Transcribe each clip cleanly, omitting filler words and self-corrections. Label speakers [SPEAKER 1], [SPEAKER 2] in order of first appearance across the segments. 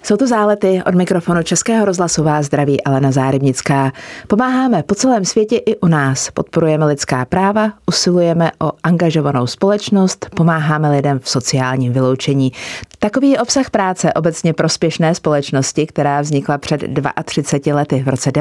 [SPEAKER 1] Jsou to Zálety, od mikrofonu Českého rozhlasu vás zdraví Alena Zárybnická. Pomáháme po celém světě i u nás. Podporujeme lidská práva, usilujeme o angažovanou společnost, pomáháme lidem v sociálním vyloučení. Takový je obsah práce obecně prospěšné společnosti, která vznikla před 32 lety v roce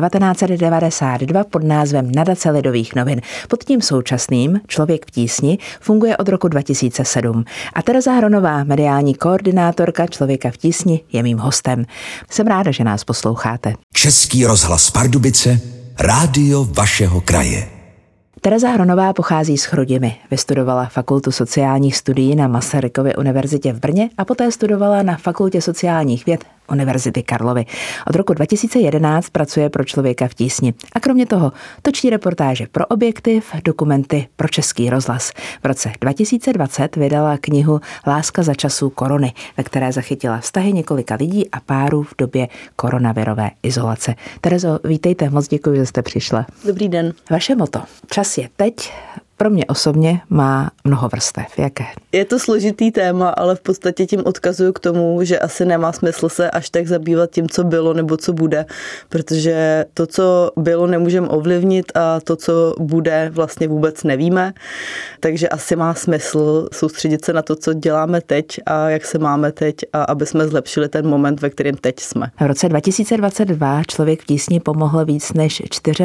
[SPEAKER 1] 1992 pod názvem Nadace lidových novin. Pod tím současným Člověk v tísni funguje od roku 2007. A Tereza Hronová, mediální koordinátorka Člověka v tísni, je mým hostem. Jsem ráda, že nás posloucháte.
[SPEAKER 2] Český rozhlas Pardubice, rádio vašeho kraje.
[SPEAKER 1] Tereza Hronová pochází z Chrudimi. Vystudovala Fakultu sociálních studií na Masarykově univerzitě v Brně a poté studovala na Fakultě sociálních věd Univerzity Karlovy. Od roku 2011 pracuje pro Člověka v tísni a kromě toho točí reportáže pro Objektiv, dokumenty pro Český rozhlas. V roce 2020 vydala knihu Láska za časů korony, ve které zachytila vztahy několika lidí a párů v době koronavirové izolace. Terezo, vítejte, moc děkuji, že jste přišla.
[SPEAKER 3] Dobrý den.
[SPEAKER 1] Vaše motto Čas je teď pro mě osobně má mnoho vrstev. Jaké?
[SPEAKER 3] Je to složitý téma, ale v podstatě tím odkazuju k tomu, že asi nemá smysl se až tak zabývat tím, co bylo nebo co bude, protože to, co bylo, nemůžeme ovlivnit a to, co bude, vlastně vůbec nevíme. Takže asi má smysl soustředit se na to, co děláme teď a jak se máme teď, a aby jsme zlepšili ten moment, ve kterém teď jsme.
[SPEAKER 1] V roce 2022 Člověk v tísni pomohl víc než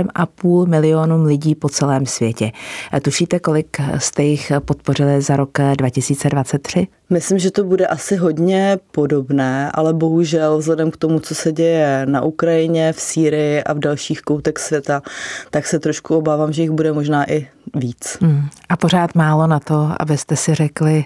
[SPEAKER 1] 4,5 milionům lidí po celém světě. Tušíte, kolik jste jich podpořili za rok 2023?
[SPEAKER 3] Myslím, že to bude asi hodně podobné, ale bohužel vzhledem k tomu, co se děje na Ukrajině, v Sýrii a v dalších koutech světa, tak se trošku obávám, že jich bude možná i víc.
[SPEAKER 1] A pořád málo na to, abyste si řekli,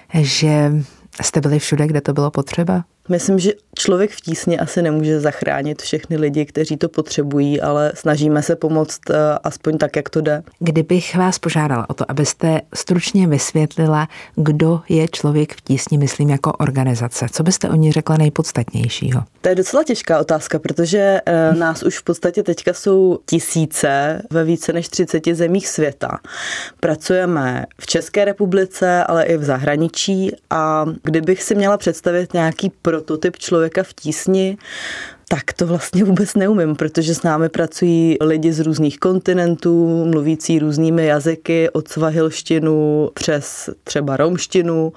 [SPEAKER 1] že jste byli všude, kde to bylo potřeba?
[SPEAKER 3] Myslím, že Člověk v tísni asi nemůže zachránit všechny lidi, kteří to potřebují, ale snažíme se pomoct aspoň tak, jak to jde.
[SPEAKER 1] Kdybych vás požádala o to, abyste stručně vysvětlila, kdo je Člověk v tísni, myslím, jako organizace. Co byste o ní řekla nejpodstatnějšího?
[SPEAKER 3] To je docela těžká otázka, protože nás už v podstatě teďka jsou tisíce ve více než 30 zemích světa. Pracujeme v České republice, ale i v zahraničí, a kdybych si měla představit nějaký prototyp Člověka v tísni, tak to vlastně vůbec neumím, protože s námi pracují lidi z různých kontinentů, mluvící různými jazyky, od svahilštinu přes třeba romštinu,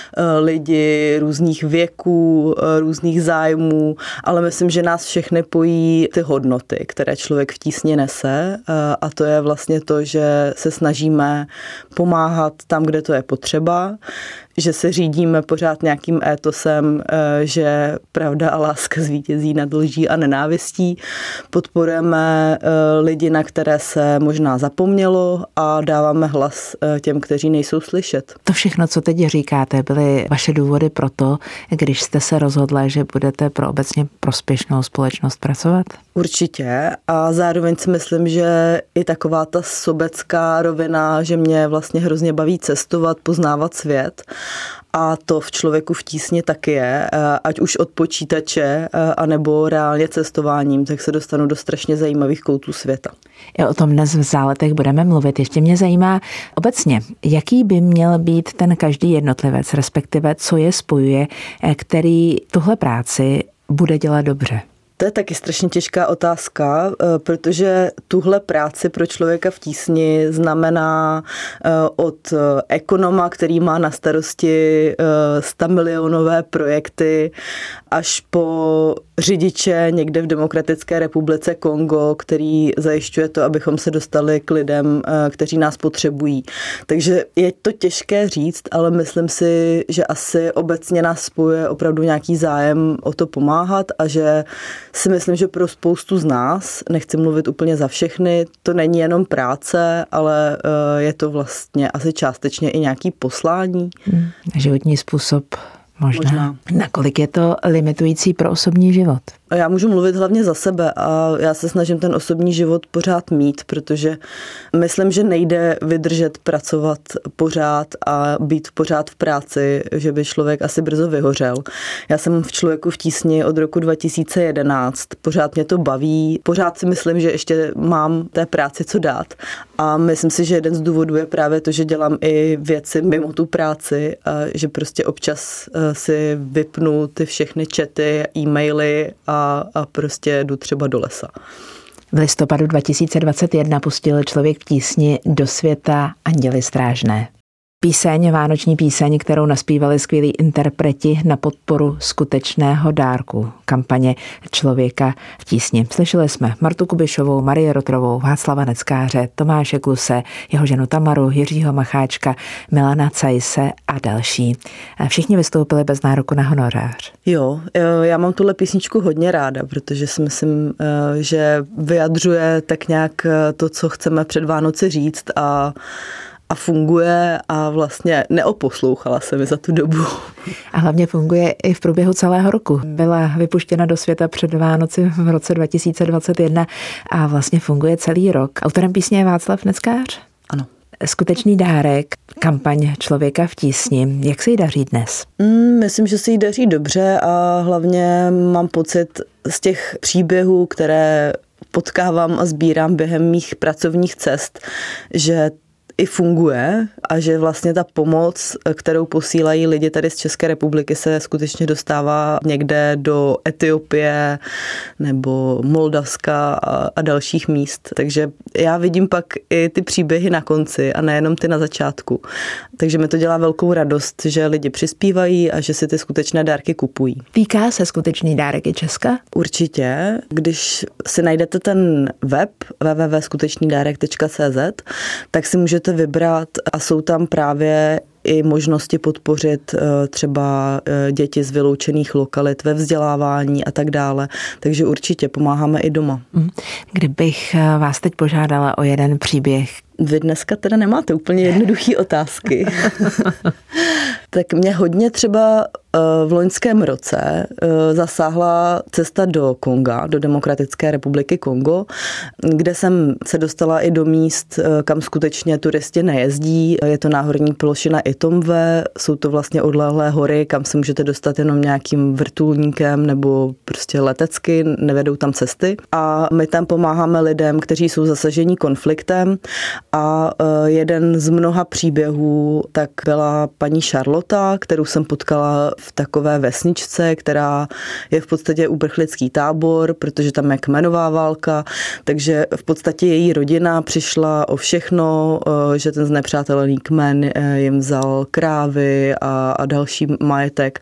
[SPEAKER 3] lidi různých věků, různých zájmů, ale myslím, že nás všechny pojí ty hodnoty, které Člověk v tísni nese, a to je vlastně to, že se snažíme pomáhat tam, kde to je potřeba, že se řídíme pořád nějakým étosem, že pravda a láska zvítězí nad lží a nenávistí. Podporujeme lidi, na které se možná zapomnělo, a dáváme hlas těm, kteří nejsou slyšet.
[SPEAKER 1] To všechno, co teď říkáte, byly vaše důvody pro to, když jste se rozhodla, že budete pro obecně prospěšnou společnost pracovat?
[SPEAKER 3] Určitě, a zároveň si myslím, že i taková ta sobecká rovina, že mě vlastně hrozně baví cestovat, poznávat svět, a to v Člověku v tísni taky je, ať už od počítače, anebo reálně cestováním, tak se dostanu do strašně zajímavých koutů světa.
[SPEAKER 1] I o tom dnes v Záletech budeme mluvit. Ještě mě zajímá obecně, jaký by měl být ten každý jednotlivec, respektive co je spojuje, který tuhle práci bude dělat dobře.
[SPEAKER 3] To je taky strašně těžká otázka, protože tuhle práci pro Člověka v tísni znamená od ekonoma, který má na starosti 100 milionové projekty, až po řidiče někde v Demokratické republice Kongo, který zajišťuje to, abychom se dostali k lidem, kteří nás potřebují. Takže je to těžké říct, ale myslím si, že asi obecně nás spojuje opravdu nějaký zájem o to pomáhat, a že si myslím, že pro spoustu z nás, nechci mluvit úplně za všechny, to není jenom práce, ale je to vlastně asi částečně i nějaký poslání.
[SPEAKER 1] Životní způsob možná. Nakolik je to limitující pro osobní život?
[SPEAKER 3] Já můžu mluvit hlavně za sebe a já se snažím ten osobní život pořád mít, protože myslím, že nejde vydržet pracovat pořád a být pořád v práci, že by člověk asi brzo vyhořel. Já jsem v Člověku v tísni od roku 2011, pořád mě to baví, pořád si myslím, že ještě mám té práci co dát, a myslím si, že jeden z důvodů je právě to, že dělám i věci mimo tu práci a že prostě občas si vypnu ty všechny chaty, e-maily a prostě jdu třeba do lesa.
[SPEAKER 1] V listopadu 2021 pustil Člověk v tísni do světa Anděly strážné. Píseň, vánoční píseň, kterou naspívali skvělí interpreti na podporu skutečného dárku kampaně Člověka v tísni. Slyšeli jsme Martu Kubišovou, Marii Rotrovou, Václava Neckáře, Tomáše Kluse, jeho ženu Tamaru, Jiřího Macháčka, Milana Cajse a další. Všichni vystoupili bez nároku na honorář.
[SPEAKER 3] Jo, já mám tuhle písničku hodně ráda, protože si myslím, že vyjadřuje tak nějak to, co chceme před Vánoci říct a funguje a vlastně neoposlouchala se mi za tu dobu.
[SPEAKER 1] A hlavně funguje i v průběhu celého roku. Byla vypuštěna do světa před Vánoci v roce 2021 a vlastně funguje celý rok. Autorem písně je Václav Neckář?
[SPEAKER 3] Ano.
[SPEAKER 1] Skutečný dárek, kampaň Člověka v tísni. Jak se jí daří dnes?
[SPEAKER 3] Myslím, že se jí daří dobře a hlavně mám pocit z těch příběhů, které potkávám a sbírám během mých pracovních cest, že i funguje a že vlastně ta pomoc, kterou posílají lidi tady z České republiky, se skutečně dostává někde do Etiopie nebo Moldavska a dalších míst. Takže já vidím pak i ty příběhy na konci a nejenom ty na začátku. Takže mi to dělá velkou radost, že lidi přispívají a že si ty skutečné dárky kupují.
[SPEAKER 1] Týká se skutečný dárek i Česka?
[SPEAKER 3] Určitě. Když si najdete ten web www.skutečnýdárek.cz, tak si můžete vybrat a jsou tam právě i možnosti podpořit třeba děti z vyloučených lokalit ve vzdělávání a tak dále. Takže určitě pomáháme i doma.
[SPEAKER 1] Kdybych vás teď požádala o jeden příběh.
[SPEAKER 3] Vy dneska teda nemáte úplně jednoduché otázky. Tak mě hodně třeba v loňském roce zasáhla cesta do Konga, do Demokratické republiky Kongo, kde jsem se dostala i do míst, kam skutečně turisti nejezdí. Je to náhorní plošina Itomve, jsou to vlastně odlehlé hory, kam se můžete dostat jenom nějakým vrtulníkem nebo prostě letecky, nevedou tam cesty. A my tam pomáháme lidem, kteří jsou zasaženi konfliktem. A jeden z mnoha příběhů tak byla paní Charlotta, kterou jsem potkala v takové vesničce, která je v podstatě uprchlický tábor, protože tam je kmenová válka, takže v podstatě její rodina přišla o všechno, že ten znepřátelený kmen jim vzal krávy a další majetek.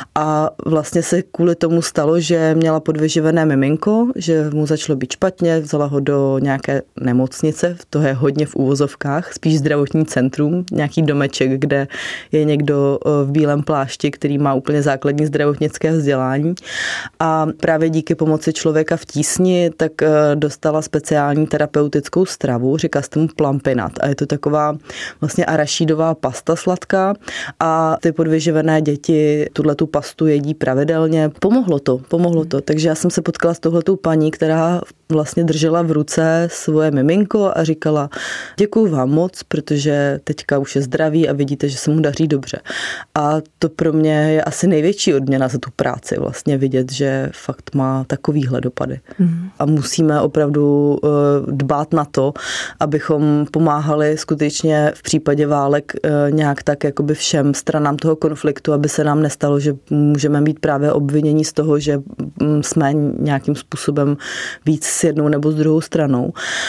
[SPEAKER 3] A vlastně se kvůli tomu stalo, že měla podvyživené miminko, že mu začalo být špatně, vzala ho do nějaké nemocnice, to je hodně v uvozovkách, spíš zdravotní centrum, nějaký domeček, kde je někdo v bílém plášti, který má úplně základní zdravotnické vzdělání. A právě díky pomoci Člověka v tísni tak dostala speciální terapeutickou stravu, říká se tomu plumpinat. A je to taková vlastně arašídová pasta sladká a ty podvyživené děti tuhletu pastu jedí pravidelně. Pomohlo to. Takže já jsem se potkala s touhletou paní, která vlastně držela v ruce svoje miminko a říkala: děkuju vám moc, protože teďka už je zdravý a vidíte, že se mu daří dobře. A to pro mě je asi největší odměna za tu práci, vlastně vidět, že fakt má takovýhle dopady. A musíme opravdu dbát na to, abychom pomáhali skutečně v případě válek nějak tak jakoby všem stranám toho konfliktu, aby se nám nestalo, že můžeme být právě obviněni z toho, že jsme nějakým způsobem víc s jednou nebo s druhou stranou.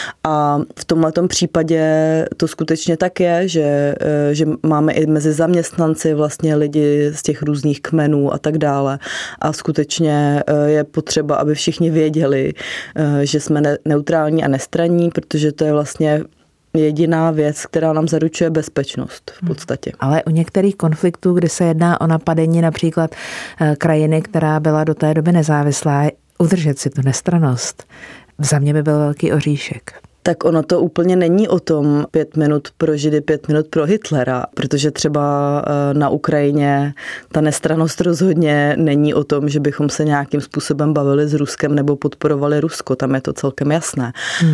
[SPEAKER 3] A v tomhletom případě to skutečně tak je, že máme i mezi zaměstnanci vlastně lidi z těch různých kmenů a tak dále. A skutečně je potřeba, aby všichni věděli, že jsme neutrální a nestranní, protože to je vlastně jediná věc, která nám zaručuje bezpečnost v podstatě.
[SPEAKER 1] Ale u některých konfliktů, kdy se jedná o napadení například krajiny, která byla do té doby nezávislá, udržet si tu nestrannost, za mě by byl velký oříšek.
[SPEAKER 3] Tak ono to úplně není o tom 5 minut pro Židy, 5 minut pro Hitlera, protože třeba na Ukrajině ta nestrannost rozhodně není o tom, že bychom se nějakým způsobem bavili s Ruskem nebo podporovali Rusko, tam je to celkem jasné.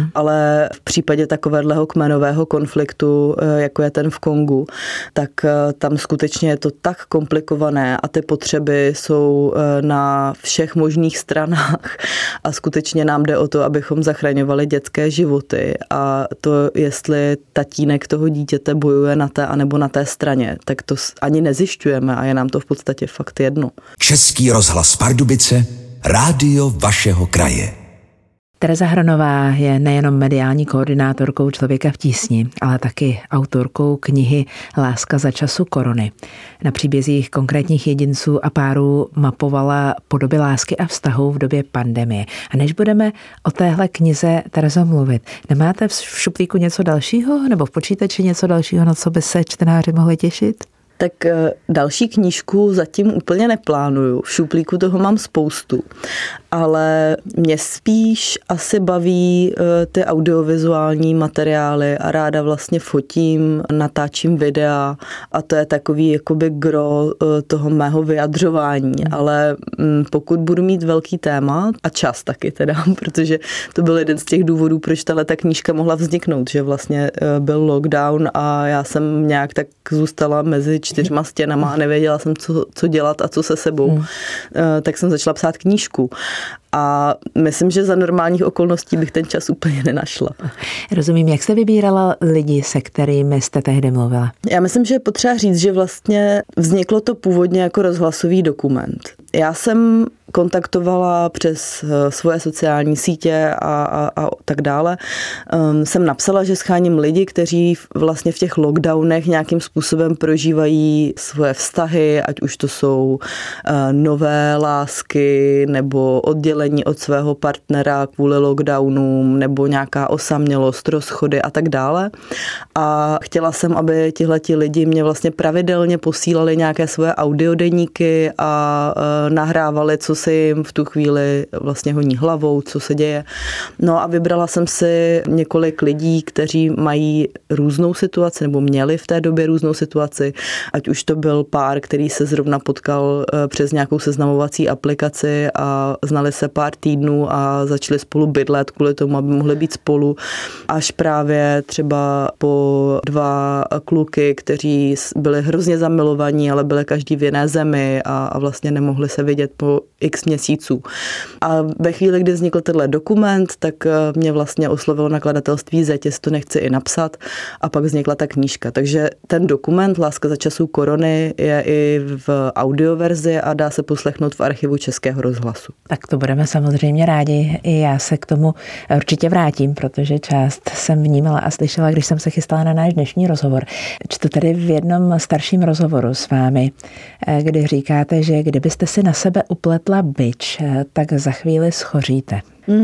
[SPEAKER 3] Ale v případě takového kmenového konfliktu, jako je ten v Kongu, tak tam skutečně je to tak komplikované a ty potřeby jsou na všech možných stranách a skutečně nám jde o to, abychom zachraňovali dětské životy a to, jestli tatínek toho dítěte bojuje na té anebo na té straně, tak to ani nezjišťujeme a je nám to v podstatě fakt jedno.
[SPEAKER 2] Český rozhlas Pardubice, rádio vašeho kraje.
[SPEAKER 1] Tereza Hronová je nejenom mediální koordinátorkou Člověka v tísni, ale taky autorkou knihy Láska za času korony. Na příbězích konkrétních jedinců a párů mapovala podoby lásky a vztahů v době pandemie. A než budeme o téhle knize, Terezo, mluvit, nemáte v šuplíku něco dalšího nebo v počítači něco dalšího, na co by se čtenáři mohli těšit?
[SPEAKER 3] Tak další knížku zatím úplně neplánuju. V šuplíku toho mám spoustu. Ale mě spíš asi baví ty audiovizuální materiály a ráda vlastně fotím, natáčím videa a to je takový jakoby gro toho mého vyjadřování. Ale pokud budu mít velký téma a čas taky teda, protože to byl jeden z těch důvodů, proč ta knížka mohla vzniknout, že vlastně byl lockdown a já jsem nějak tak zůstala mezi 4 stěnama a nevěděla jsem, co dělat a co se sebou. Tak jsem začala psát knížku. A myslím, že za normálních okolností bych ten čas úplně nenašla.
[SPEAKER 1] Rozumím, jak jste vybírala lidi, se kterými jste tehdy mluvila?
[SPEAKER 3] Já myslím, že je potřeba říct, že vlastně vzniklo to původně jako rozhlasový dokument. Já jsem kontaktovala přes svoje sociální sítě a tak dále. Jsem napsala, že sháním lidi, kteří vlastně v těch lockdownech nějakým způsobem prožívají svoje vztahy, ať už to jsou nové lásky nebo oddělení od svého partnera kvůli lockdownům nebo nějaká osamělost, rozchody a tak dále. A chtěla jsem, aby tihleti lidi mě vlastně pravidelně posílali nějaké svoje audiodeníky a nahrávali, co se jim v tu chvíli vlastně honí hlavou, co se děje. No a vybrala jsem si několik lidí, kteří mají různou situaci nebo měli v té době různou situaci, ať už to byl pár, který se zrovna potkal přes nějakou seznamovací aplikaci a znali se pár týdnů a začali spolu bydlet kvůli tomu, aby mohli být spolu, až právě třeba po 2 kluky, kteří byli hrozně zamilovaní, ale byli každý v jiné zemi a vlastně nemohli se vidět po x měsíců. A ve chvíli, kdy vznikl tenhle dokument, tak mě vlastně oslovilo nakladatelství Zeď, jestli to nechci i napsat, a pak vznikla ta knížka. Takže ten dokument Láska za časů korony je i v audioverzi a dá se poslechnout v archivu Českého rozhlasu.
[SPEAKER 1] Tak to budeme samozřejmě rádi. I já se k tomu určitě vrátím, protože část jsem vnímala a slyšela, když jsem se chystala na náš dnešní rozhovor. Čtu tady v jednom starším rozhovoru s vámi, kdy říkáte, že kdybyste si na sebe upletla bič, tak za chvíli schoříte.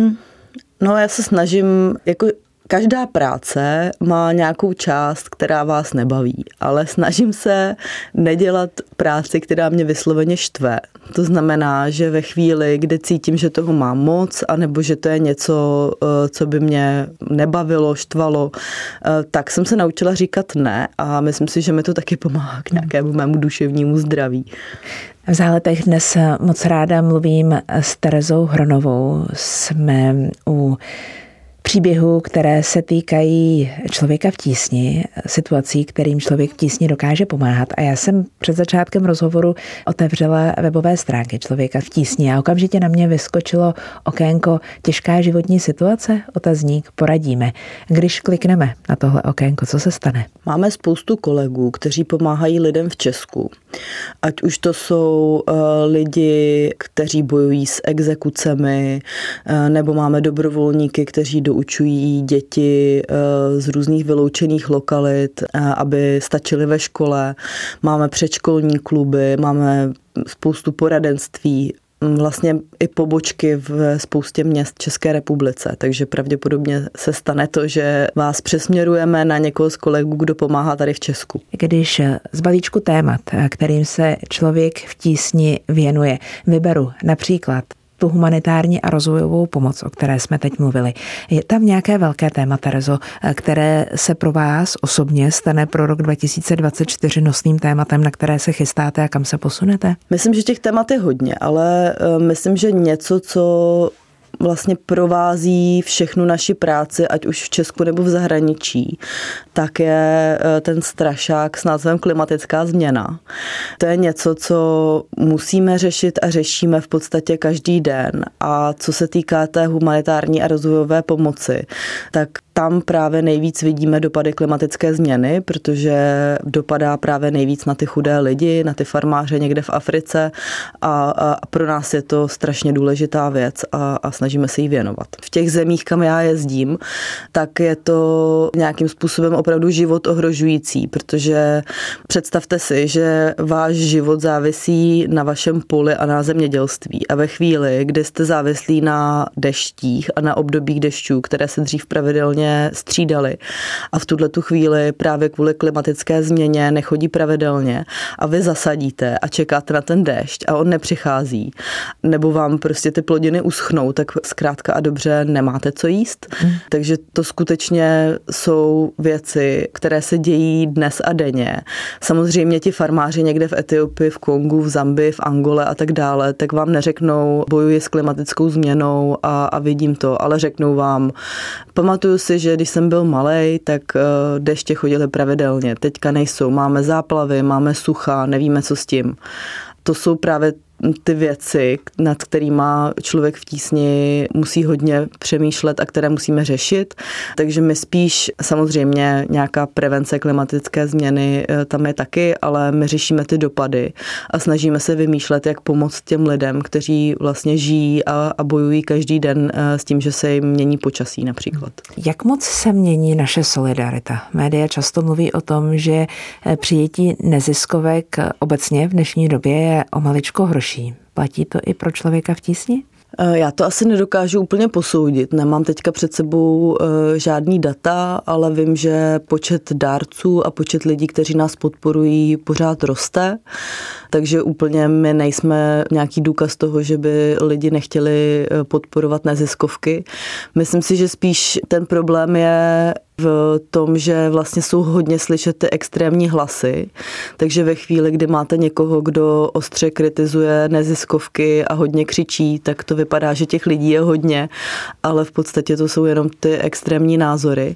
[SPEAKER 3] No já se snažím, jako každá práce má nějakou část, která vás nebaví, ale snažím se nedělat práci, která mě vysloveně štve. To znamená, že ve chvíli, kdy cítím, že toho mám moc, anebo že to je něco, co by mě nebavilo, štvalo, tak jsem se naučila říkat ne a myslím si, že mi to taky pomáhá k nějakému mému duševnímu zdraví.
[SPEAKER 1] V Záletech dnes moc ráda mluvím s Terezou Hronovou. Jsme u příběhů, které se týkají člověka v tísni, situací, kterým člověk v tísni dokáže pomáhat. A já jsem před začátkem rozhovoru otevřela webové stránky Člověka v tísni a okamžitě na mě vyskočilo okénko Těžká životní situace, otazník, poradíme. Když klikneme na tohle okénko, co se stane?
[SPEAKER 3] Máme spoustu kolegů, kteří pomáhají lidem v Česku. Ať už to jsou lidi, kteří bojují s exekucemi, nebo máme dobrovolníky, kteří doučují děti z různých vyloučených lokalit, aby stačily ve škole. Máme předškolní kluby, máme spoustu poradenství, vlastně i pobočky v spoustě měst České republice, takže pravděpodobně se stane to, že vás přesměrujeme na někoho z kolegů, kdo pomáhá tady v Česku.
[SPEAKER 1] Když z balíčku témat, kterým se člověk v tísni věnuje, vyberu například tu humanitární a rozvojovou pomoc, o které jsme teď mluvili. Je tam nějaké velké téma, Terezo, které se pro vás osobně stane pro rok 2024 nosným tématem, na které se chystáte a kam se posunete?
[SPEAKER 3] Myslím, že těch témat je hodně, ale myslím, že něco, co vlastně provází všechnu naši práci, ať už v Česku nebo v zahraničí, tak je ten strašák s názvem klimatická změna. To je něco, co musíme řešit a řešíme v podstatě každý den. A co se týká té humanitární a rozvojové pomoci, tak tam právě nejvíc vidíme dopady klimatické změny, protože dopadá právě nejvíc na ty chudé lidi, na ty farmáře někde v Africe a pro nás je to strašně důležitá věc a snažíme se jí věnovat. V těch zemích, kam já jezdím, tak je to nějakým způsobem opravdu život ohrožující, protože představte si, že váš život závisí na vašem poli a na zemědělství a ve chvíli, kdy jste závislí na deštích a na obdobích dešťů, které se dřív pravidelně střídaly a v tuhletu chvíli právě kvůli klimatické změně nechodí pravidelně a vy zasadíte a čekáte na ten déšť a on nepřichází, nebo vám prostě ty plodiny uschnou, tak zkrátka a dobře nemáte co jíst. Takže to skutečně jsou věci, které se dějí dnes a denně. Samozřejmě ti farmáři někde v Etiopii, v Kongu, v Zambii, v Angole a tak dále, tak vám neřeknou, bojuji s klimatickou změnou a vidím to, ale řeknou vám, pamatuju si, že když jsem byl malej, tak deště chodily pravidelně. Teďka nejsou. Máme záplavy, máme sucha, nevíme, co s tím. To jsou právě ty věci, nad kterými člověk v tísni musí hodně přemýšlet a které musíme řešit. Takže my spíš samozřejmě nějaká prevence klimatické změny tam je taky, ale my řešíme ty dopady a snažíme se vymýšlet, jak pomoct těm lidem, kteří vlastně žijí a bojují každý den s tím, že se jim mění počasí například.
[SPEAKER 1] Jak moc se mění naše solidarita? Média často mluví o tom, že přijetí neziskovek obecně v dnešní době je o maličko horší. Platí to i pro člověka v tísni?
[SPEAKER 3] Já to asi nedokážu úplně posoudit. Nemám teďka před sebou žádný data, ale vím, že počet dárců a počet lidí, kteří nás podporují, pořád roste. Takže úplně my nejsme nějaký důkaz toho, že by lidi nechtěli podporovat neziskovky. Myslím si, že spíš ten problém je v tom, že vlastně jsou hodně slyšet ty extrémní hlasy, takže ve chvíli, kdy máte někoho, kdo ostře kritizuje neziskovky a hodně křičí, tak to vypadá, že těch lidí je hodně, ale v podstatě to jsou jenom ty extrémní názory.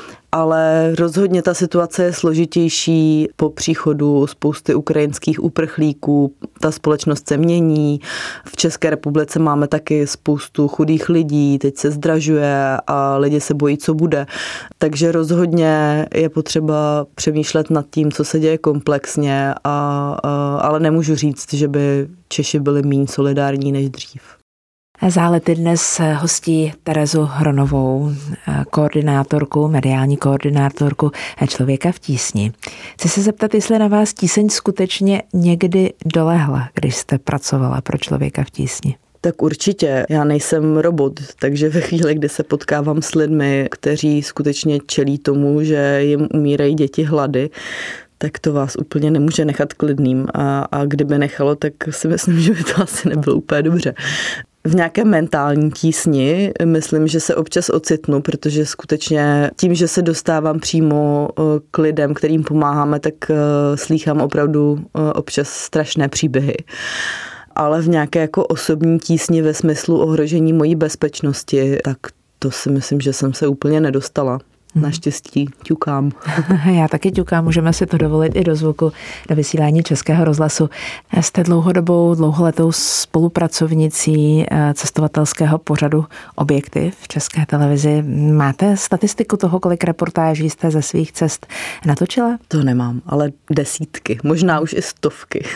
[SPEAKER 3] Ale rozhodně ta situace je složitější po příchodu spousty ukrajinských uprchlíků. Ta společnost se mění. V České republice máme taky spoustu chudých lidí, teď se zdražuje a lidi se bojí, co bude. Takže rozhodně je potřeba přemýšlet nad tím, co se děje komplexně, ale nemůžu říct, že by Češi byli méně solidární než dřív.
[SPEAKER 1] Zálety dnes hostí Terezu Hronovou, koordinátorku, mediální koordinátorku Člověka v tísni. Chci se zeptat, jestli na vás tíseň skutečně někdy dolehla, když jste pracovala pro Člověka v tísni.
[SPEAKER 3] Tak určitě. Já nejsem robot, takže ve chvíli, kdy se potkávám s lidmi, kteří skutečně čelí tomu, že jim umírají děti hlady, tak to vás úplně nemůže nechat klidným. A kdyby nechalo, tak si myslím, že by to asi nebylo úplně dobře. V nějaké mentální tísni myslím, že se občas ocitnu, protože skutečně tím, že se dostávám přímo k lidem, kterým pomáháme, tak slýchám opravdu občas strašné příběhy. Ale v nějaké jako osobní tísni ve smyslu ohrožení mojí bezpečnosti, tak to si myslím, že jsem se úplně nedostala. Naštěstí ťukám.
[SPEAKER 1] Já taky ťukám, můžeme si to dovolit i do zvuku do vysílání Českého rozhlasu. Jste dlouholetou spolupracovnicí cestovatelského pořadu Objektiv v České televizi. Máte statistiku toho, kolik reportáží jste ze svých cest natočila?
[SPEAKER 3] To nemám, ale desítky, možná už i stovky.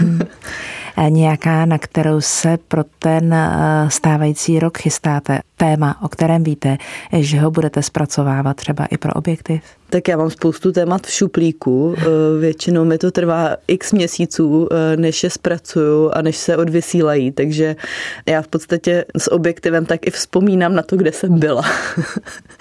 [SPEAKER 1] Nějaká, na kterou se pro ten stávající rok chystáte? Téma, o kterém víte, že ho budete zpracovávat třeba i pro Objektiv?
[SPEAKER 3] Tak já mám spoustu témat v šuplíku. Většinou mi to trvá x měsíců, než je zpracuju a než se odvysílají. Takže já v podstatě s Objektivem tak i vzpomínám na to, kde jsem byla.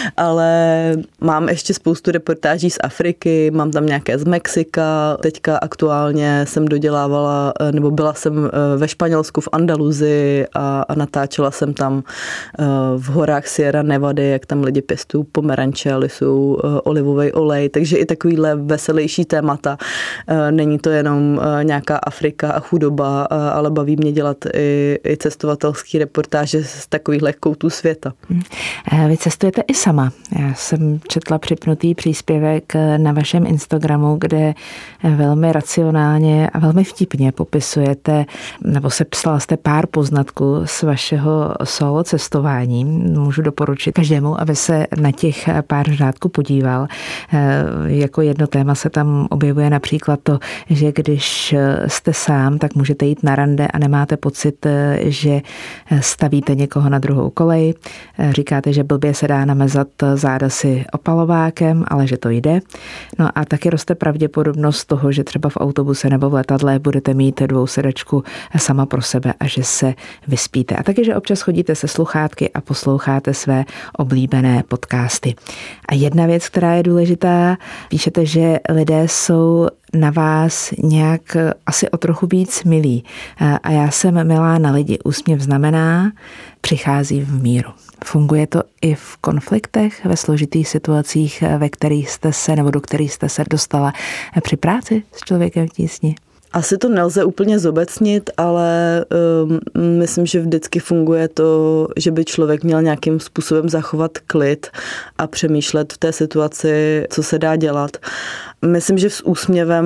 [SPEAKER 3] ale mám ještě spoustu reportáží z Afriky, mám tam nějaké z Mexika, teďka aktuálně jsem dodělávala, nebo byla jsem ve Španělsku v Andaluzii a natáčela jsem tam v horách Sierra Nevady, jak tam lidi pěstují pomeranče, lisují olivový olej, takže i takovýhle veselější témata. Není to jenom nějaká Afrika a chudoba, ale baví mě dělat i cestovatelský reportáže z takovýchhle koutů světa.
[SPEAKER 1] Vy cestujete i sama. Já jsem četla připnutý příspěvek na vašem Instagramu, kde velmi racionálně a velmi vtipně popisujete, nebo sepsala jste pár poznatků z vašeho solo cestování. Můžu doporučit každému, aby se na těch pár řádků podíval. Jako jedno téma se tam objevuje například to, že když jste sám, tak můžete jít na rande a nemáte pocit, že stavíte někoho na druhou kolej. Říkáte, že blbě se dá namazat záda si opalovákem, ale že to jde. No a taky roste pravděpodobnost toho, že třeba v autobuse nebo v letadle budete mít dvousedačku sama pro sebe a že se vyspíte. A taky, že občas chodíte se sluchátky a posloucháte své oblíbené podcasty. A jedna věc, která je důležitá, píšete, že lidé jsou na vás nějak asi o trochu víc milí. A já jsem milá na lidi. Úsměv znamená, přichází v míru. Funguje to i v konfliktech, ve složitých situacích, ve kterých jste se nebo do kterých jste se dostala při práci s člověkem v tísni?
[SPEAKER 3] Asi to nelze úplně zobecnit, ale myslím, že vždycky funguje to, že by člověk měl nějakým způsobem zachovat klid a přemýšlet v té situaci, co se dá dělat. Myslím, že s úsměvem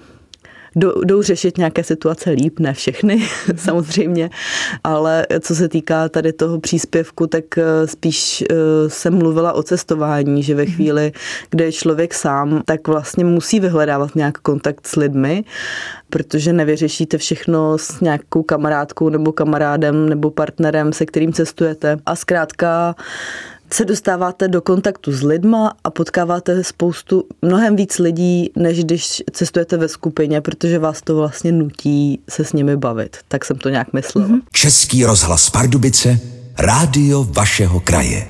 [SPEAKER 3] jdou řešit nějaké situace líp, ne všechny samozřejmě, ale co se týká tady toho příspěvku, tak spíš jsem mluvila o cestování, že ve chvíli, kdy je člověk sám, tak vlastně musí vyhledávat nějak kontakt s lidmi, protože nevyřešíte všechno s nějakou kamarádkou nebo kamarádem nebo partnerem, se kterým cestujete. A zkrátka se dostáváte do kontaktu s lidma a potkáváte mnohem víc lidí, než když cestujete ve skupině, protože vás to vlastně nutí se s nimi bavit. Tak jsem to nějak myslela.
[SPEAKER 2] Český rozhlas Pardubice, rádio vašeho kraje.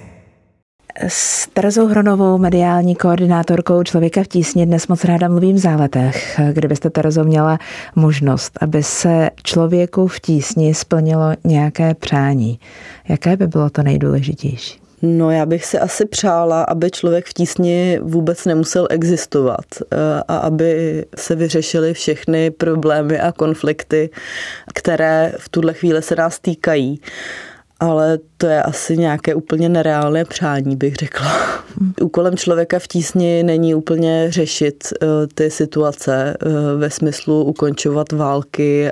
[SPEAKER 1] S Terezou Hronovou, mediální koordinátorkou Člověka v tísni, dnes moc ráda mluvím v záletech. Kdybyste, Terezo, měla možnost, aby se člověku v tísni splnilo nějaké přání, jaké by bylo to nejdůležitější?
[SPEAKER 3] No, já bych si asi přála, aby člověk v tísni vůbec nemusel existovat a aby se vyřešily všechny problémy a konflikty, které v tuhle chvíli se nás týkají. Ale to je asi nějaké úplně nereálné přání, bych řekla. Úkolem člověka v tísni není úplně řešit ty situace ve smyslu ukončovat války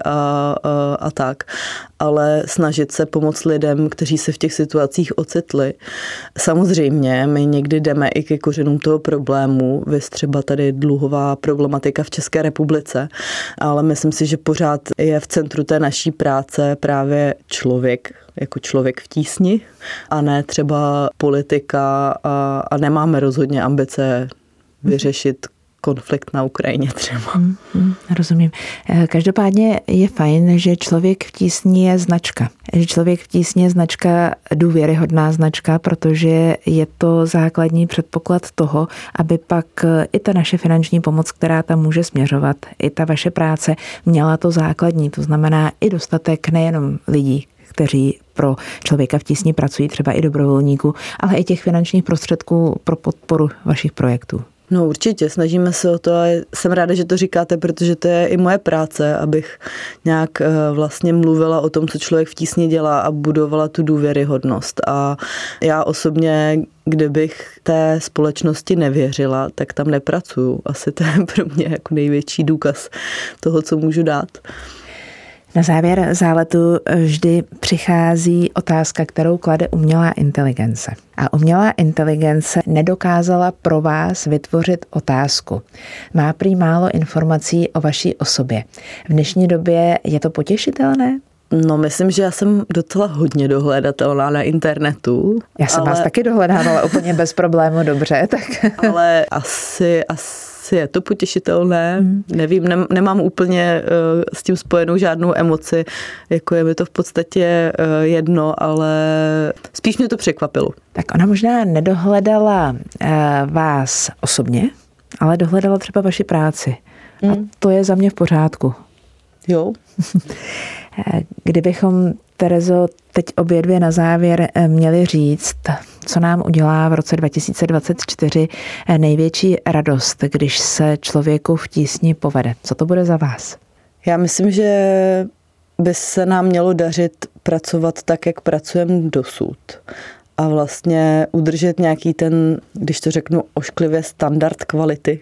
[SPEAKER 3] a tak, ale snažit se pomoct lidem, kteří se v těch situacích ocitli. Samozřejmě my někdy jdeme i ke kořenům toho problému, viz třeba tady dluhová problematika v České republice, ale myslím si, že pořád je v centru té naší práce právě člověk, jako člověk v tísni, a ne třeba politika a nemáme rozhodně ambice vyřešit konflikt na Ukrajině třeba.
[SPEAKER 1] Rozumím. Každopádně je fajn, že člověk v tísni je značka. Že člověk v tísni je značka, důvěryhodná značka, protože je to základní předpoklad toho, aby pak i ta naše finanční pomoc, která tam může směřovat, i ta vaše práce měla to základní. To znamená i dostatek nejenom lidí, kteří pro Člověka v tísni pracují, třeba i dobrovolníků, ale i těch finančních prostředků pro podporu vašich projektů.
[SPEAKER 3] No určitě, snažíme se o to a jsem ráda, že to říkáte, protože to je i moje práce, abych nějak vlastně mluvila o tom, co člověk v tísni dělá a budovala tu důvěryhodnost. A já osobně, kdybych té společnosti nevěřila, tak tam nepracuju. Asi to je pro mě jako největší důkaz toho, co můžu dát.
[SPEAKER 1] Na závěr záletu vždy přichází otázka, kterou klade umělá inteligence. A umělá inteligence nedokázala pro vás vytvořit otázku. Má prý málo informací o vaší osobě. V dnešní době je to potěšitelné?
[SPEAKER 3] No, myslím, že já jsem docela hodně dohledatelná na internetu.
[SPEAKER 1] Já jsem vás taky dohledávala úplně bez problému, dobře. Tak.
[SPEAKER 3] Ale asi asi je to potěšitelné. Nevím, nemám úplně s tím spojenou žádnou emoci, jako je mi to v podstatě jedno, ale spíš mě to překvapilo.
[SPEAKER 1] Tak ona možná nedohledala vás osobně, ale dohledala třeba vaši práci. A to je za mě v pořádku.
[SPEAKER 3] Jo.
[SPEAKER 1] Kdybychom, Terezo, teď obě dvě na závěr měli říct, co nám udělá v roce 2024 největší radost, když se člověku v tísni povede. Co to bude za vás?
[SPEAKER 3] Já myslím, že by se nám mělo dařit pracovat tak, jak pracujeme dosud. A vlastně udržet nějaký ten, když to řeknu ošklivě, standard kvality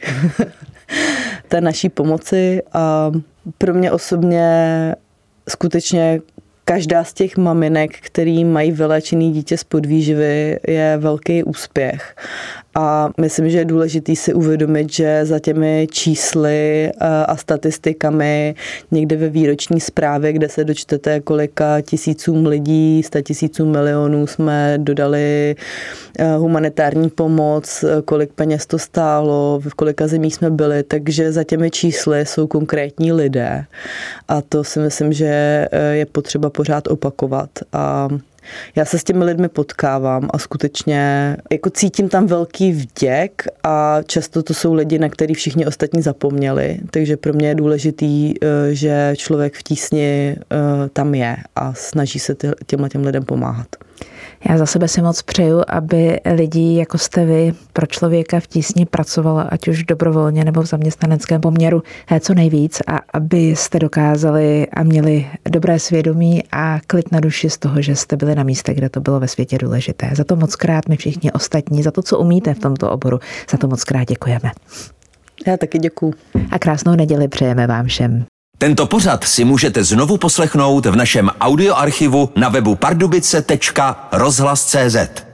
[SPEAKER 3] té naší pomoci. A pro mě osobně skutečně každá z těch maminek, který mají vyléčený dítě z podvýživy, je velký úspěch. A myslím, že je důležitý si uvědomit, že za těmi čísly a statistikami někde ve výroční zprávě, kde se dočtete, kolika tisícům lidí, 100 000 milionů jsme dodali humanitární pomoc, kolik peněz to stálo, v kolika zemích jsme byli, takže za těmi čísly jsou konkrétní lidé. A to si myslím, že je potřeba pořád opakovat. A já se s těmi lidmi potkávám a skutečně jako cítím tam velký vděk a často to jsou lidi, na který všichni ostatní zapomněli, takže pro mě je důležitý, že člověk v tísni tam je a snaží se těm lidem pomáhat.
[SPEAKER 1] Já za sebe si moc přeju, aby lidí, jako jste vy, pro člověka v tísni pracovala, ať už dobrovolně nebo v zaměstnaneckém poměru, co nejvíc a aby jste dokázali a měli dobré svědomí a klid na duši z toho, že jste byli na místě, kde to bylo ve světě důležité. Za to moc krát my všichni ostatní, za to, co umíte v tomto oboru, za to moc krát děkujeme.
[SPEAKER 3] Já taky děkuju.
[SPEAKER 1] A krásnou neděli přejeme vám všem.
[SPEAKER 2] Tento pořad si můžete znovu poslechnout v našem audioarchivu na webu pardubice.rozhlas.cz.